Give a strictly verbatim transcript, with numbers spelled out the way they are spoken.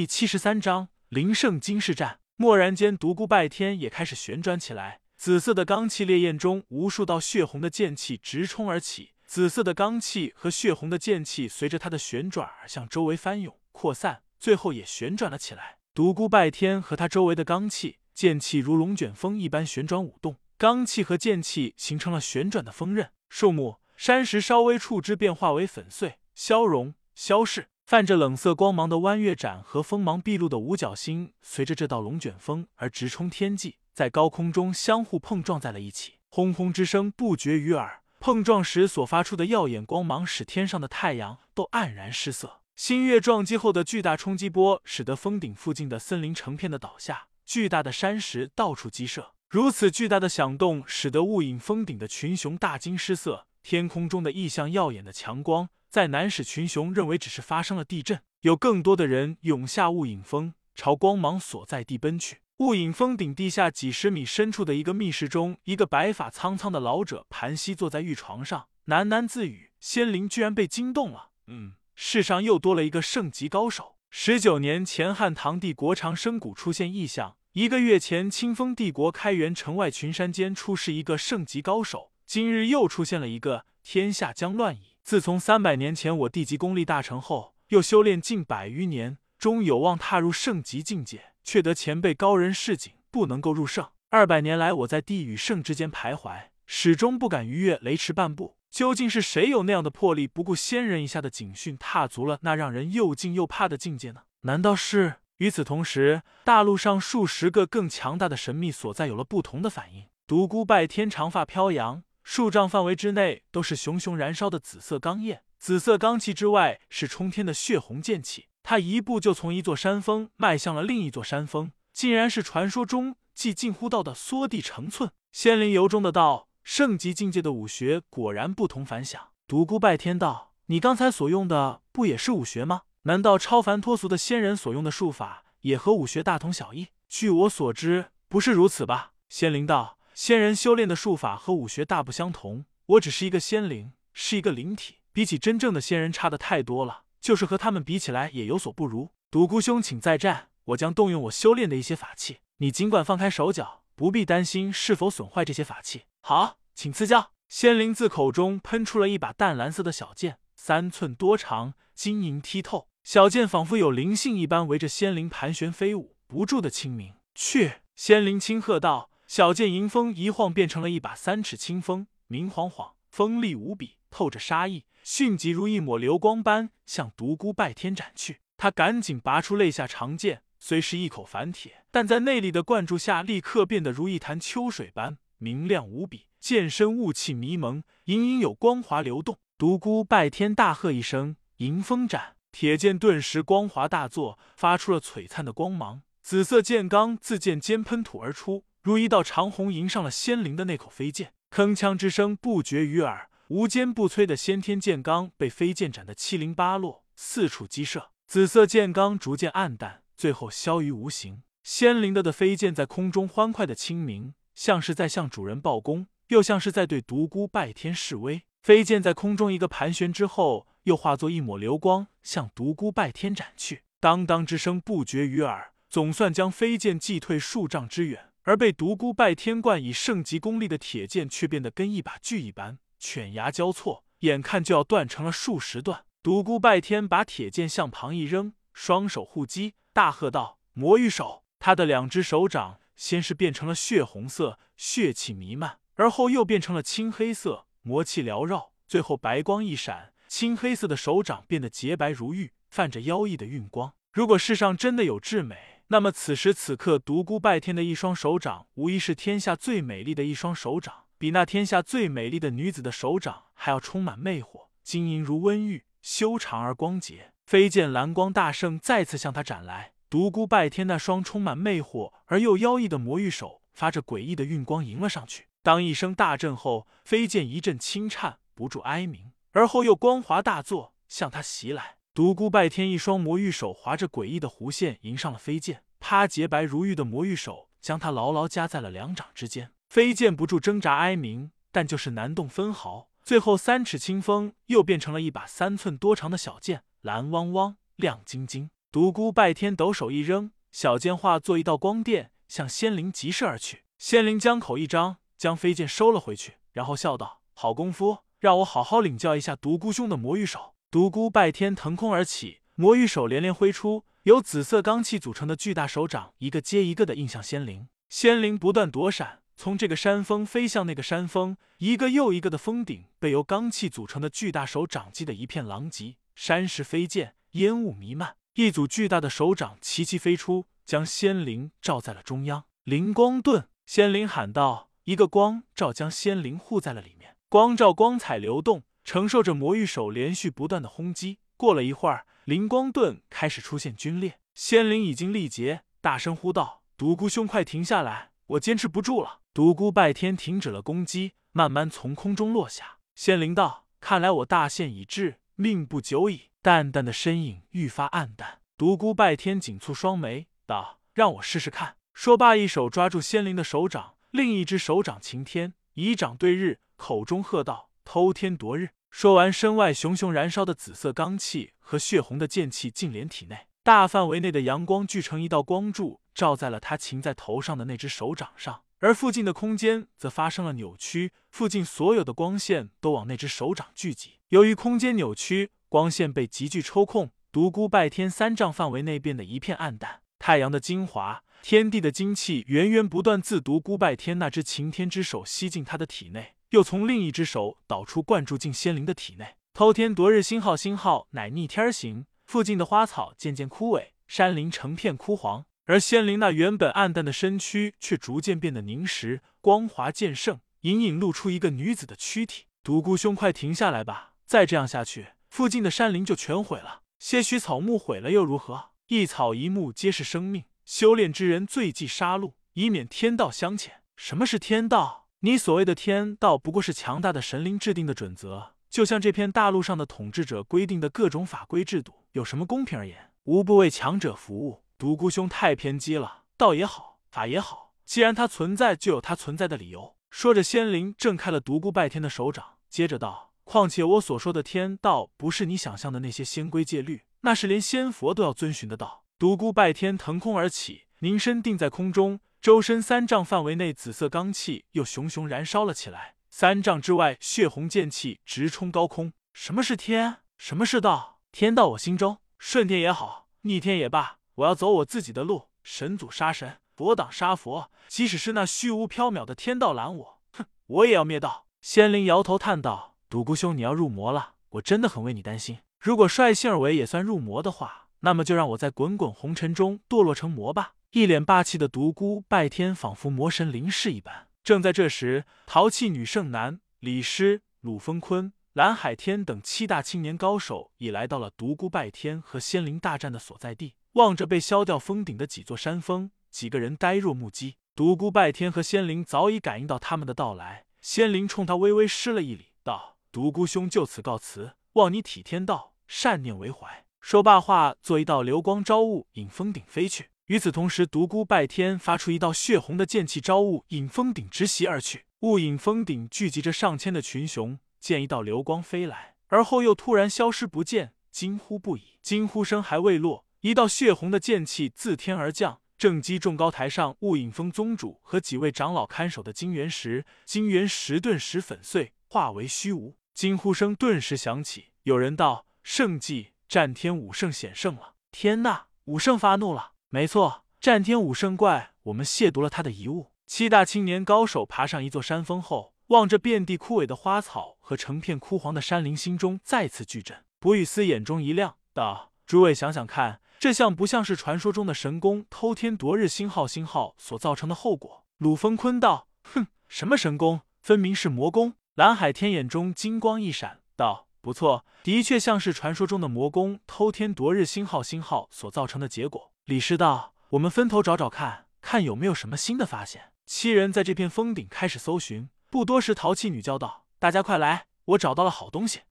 第七十三章灵圣金世战。蓦然间，独孤拜天也开始旋转起来，紫色的罡气烈焰中，无数道血红的剑气直冲而起。紫色的罡气和血红的剑气随着他的旋转而向周围翻涌扩散，最后也旋转了起来。独孤拜天和他周围的罡气、剑气如龙卷风一般旋转舞动，罡气和剑气形成了旋转的锋刃。树木、山石稍微触之便化为粉碎、消融、消逝。泛着冷色光芒的弯月斩和锋芒毕露的五角星，随着这道龙卷风而直冲天际，在高空中相互碰撞在了一起，轰轰之声不绝于耳。碰撞时所发出的耀眼光芒，使天上的太阳都黯然失色。新月撞击后的巨大冲击波，使得峰顶附近的森林成片的倒下，巨大的山石到处击射。如此巨大的响动，使得雾隐峰顶的群雄大惊失色。天空中的异象耀眼的强光，在南使群雄认为只是发生了地震，有更多的人涌下雾隐峰，朝光芒所在地奔去。雾隐峰顶地下几十米深处的一个密室中，一个白发苍苍的老者盘膝坐在玉床上，喃喃自语：仙灵居然被惊动了，嗯，世上又多了一个圣级高手。十九年前，汉唐帝国长生谷出现异象，一个月前，清风帝国开元城外群山间出世一个圣级高手，今日又出现了一个，天下将乱矣。自从三百年前我地级功力大成后，又修炼近百余年，终有望踏入圣级境界，却得前辈高人示警，不能够入圣。二百年来，我在地与圣之间徘徊，始终不敢逾越雷池半步。究竟是谁有那样的魄力，不顾仙人一下的警讯，踏足了那让人又敬又怕的境界呢？难道是……与此同时，大陆上数十个更强大的神秘所在有了不同的反应。独孤拜天长发飘扬，数丈范围之内都是熊熊燃烧的紫色罡焰，紫色罡气之外是冲天的血红剑气。他一步就从一座山峰迈向了另一座山峰，竟然是传说中既近乎道的缩地成寸。仙灵由衷的道：圣级境界的武学果然不同凡响。独孤拜天道：你刚才所用的不也是武学吗？难道超凡脱俗的仙人所用的术法也和武学大同小异？据我所知，不是如此吧？仙灵道：仙人修炼的术法和武学大不相同，我只是一个仙灵，是一个灵体，比起真正的仙人差的太多了，就是和他们比起来也有所不如。独孤兄请再战，我将动用我修炼的一些法器，你尽管放开手脚，不必担心是否损坏这些法器。好，请赐教。仙灵自口中喷出了一把淡蓝色的小剑，三寸多长，晶莹剔透，小剑仿佛有灵性一般，围着仙灵盘旋飞舞，不住的清明。去！仙灵轻喝道。小剑迎风一晃，变成了一把三尺清锋，明晃晃，锋利无比，透着杀意，迅即如一抹流光般向独孤拜天斩去。他赶紧拔出肋下长剑，虽是一口凡铁，但在内力的灌注下，立刻变得如一潭秋水般明亮无比。剑身雾气迷蒙，隐隐有光华流动。独孤拜天大喝一声：迎风斩！铁剑顿时光华大作，发出了璀璨的光芒。紫色剑罡自剑尖喷吐而出，如一道长虹迎上了仙灵的那口飞剑，铿锵之声不绝于耳。无坚不摧的先天剑罡被飞剑斩得七零八落，四处击射。紫色剑罡逐渐暗淡，最后消于无形。仙灵的的飞剑在空中欢快的清明，像是在向主人报功，又像是在对独孤拜天示威。飞剑在空中一个盘旋之后，又化作一抹流光，向独孤拜天斩去。当当之声不绝于耳，总算将飞剑击退数丈之远。而被独孤拜天冠以圣级功力的铁剑却变得跟一把锯一般，犬牙交错，眼看就要断成了数十段。独孤拜天把铁剑向旁一扔，双手护击，大喝道：魔域手！他的两只手掌先是变成了血红色，血气弥漫，而后又变成了青黑色，魔气缭绕，最后白光一闪，青黑色的手掌变得洁白如玉，泛着妖异的晕光。如果世上真的有至美，那么此时此刻独孤拜天的一双手掌无疑是天下最美丽的一双手掌，比那天下最美丽的女子的手掌还要充满魅惑，晶莹如温玉，修长而光洁。飞剑蓝光大盛再次向他斩来，独孤拜天那双充满魅惑而又妖异的魔域手发着诡异的晕光迎了上去。当一声大震后，飞剑一阵轻颤，不住哀鸣，而后又光华大作，向他袭来。独孤拜天一双魔域手划着诡异的弧线迎上了飞剑，啪！洁白如玉的魔域手将他牢牢夹在了两掌之间。飞剑不住挣扎哀鸣，但就是难动分毫。最后三尺清锋又变成了一把三寸多长的小剑，蓝汪汪，亮晶晶。 独孤拜天抖手一扔，小剑化作一道光电，向仙灵急射而去。仙灵将口一张，将飞剑收了回去，然后笑道：“好功夫，让我好好领教一下独孤兄的魔域手。”独孤拜天腾空而起，魔域手连连挥出，由紫色罡气组成的巨大手掌一个接一个的印向仙灵。仙灵不断躲闪，从这个山峰飞向那个山峰，一个又一个的峰顶被由罡气组成的巨大手掌击得一片狼藉，山石飞溅，烟雾弥漫。一组巨大的手掌齐齐飞出，将仙灵罩在了中央。灵光遁，仙灵喊道：“一个光照将仙灵护在了里面。”光照光彩流动，承受着魔域手连续不断的轰击。过了一会儿，灵光盾开始出现皲裂，仙灵已经力竭，大声呼道：“独孤兄，快停下来，我坚持不住了。”独孤拜天停止了攻击，慢慢从空中落下。仙灵道：“看来我大限已至，命不久矣。”淡淡的身影愈发暗淡。独孤拜天紧蹙双眉道：“让我试试看。”说罢，一手抓住仙灵的手掌，另一只手掌擎天，以掌对日，口中喝道：“偷天夺日！”说完，身外熊熊燃烧的紫色罡气和血红的剑气尽连体内，大范围内的阳光聚成一道光柱，照在了他擎在头上的那只手掌上，而附近的空间则发生了扭曲，附近所有的光线都往那只手掌聚集。由于空间扭曲，光线被急剧抽空，独孤拜天三丈范围内变得一片暗淡。太阳的精华，天地的精气源源不断自独孤拜天那只擎天之手吸进他的体内，又从另一只手导出灌注进仙灵的体内。偷天夺日星号星号乃逆天行，附近的花草渐渐枯萎，山林成片枯黄，而仙灵那原本暗淡的身躯却逐渐变得凝实，光华渐盛，隐隐露出一个女子的躯体。独孤兄，快停下来吧，再这样下去，附近的山林就全毁了。些许草木毁了又如何？一草一木皆是生命，修炼之人最忌杀戮，以免天道相遣。什么是天道？你所谓的天道不过是强大的神灵制定的准则，就像这片大陆上的统治者规定的各种法规制度，有什么公平而言？无不为强者服务。独孤兄太偏激了，道也好，法也好，既然它存在，就有它存在的理由。说着，仙灵挣开了独孤拜天的手掌，接着道：“况且我所说的天道，不是你想象的那些仙规戒律，那是连仙佛都要遵循的道。”独孤拜天腾空而起，凝身定在空中，周身三丈范围内紫色罡气又熊熊燃烧了起来，三丈之外血红剑气直冲高空。什么是天？什么是道？天道我心中，顺天也好，逆天也罢，我要走我自己的路，神阻杀神，佛挡杀佛，即使是那虚无缥缈的天道拦我，哼，我也要灭道。仙灵摇头叹道：“独孤兄，你要入魔了，我真的很为你担心。如果率性而为也算入魔的话，那么就让我在滚滚红尘中堕落成魔吧。”一脸霸气的独孤拜天仿佛魔神临世一般。正在这时，淘气女圣男、李师、鲁风坤、蓝海天等七大青年高手已来到了独孤拜天和仙灵大战的所在地，望着被削掉峰顶的几座山峰，几个人呆若木鸡。独孤拜天和仙灵早已感应到他们的到来，仙灵冲他微微施了一礼，道：“独孤兄就此告辞，望你体天道，善念为怀。”说罢话，做一道流光招雾引峰顶飞去。与此同时，独孤拜天发出一道血红的剑气招雾引峰顶直袭而去。雾引峰顶聚集着上千的群雄，见一道流光飞来，而后又突然消失不见，惊呼不已。惊呼声还未落，一道血红的剑气自天而降，正击中高台上雾隐峰宗主和几位长老看守的金元石。金元石顿时粉碎，化为虚无。惊呼声顿时响起，有人道：“圣迹！战天武圣显圣了！”天呐，武圣发怒了！没错，战天武圣怪我们亵渎了他的遗物。七大青年高手爬上一座山峰后，望着遍地枯萎的花草和成片枯黄的山林，心中再次巨震。卜雨思眼中一亮，道：“诸位想想看，这像不像是传说中的神功偷天夺日星号星号所造成的后果？”鲁风坤道：“哼，什么神功，分明是魔功。”蓝海天眼中金光一闪，道：“不错，的确像是传说中的魔功偷天夺日星号星号所造成的结果。”李师道：“我们分头找找看，看有没有什么新的发现。”七人在这片峰顶开始搜寻，不多时，淘气女叫道：“大家快来，我找到了好东西。”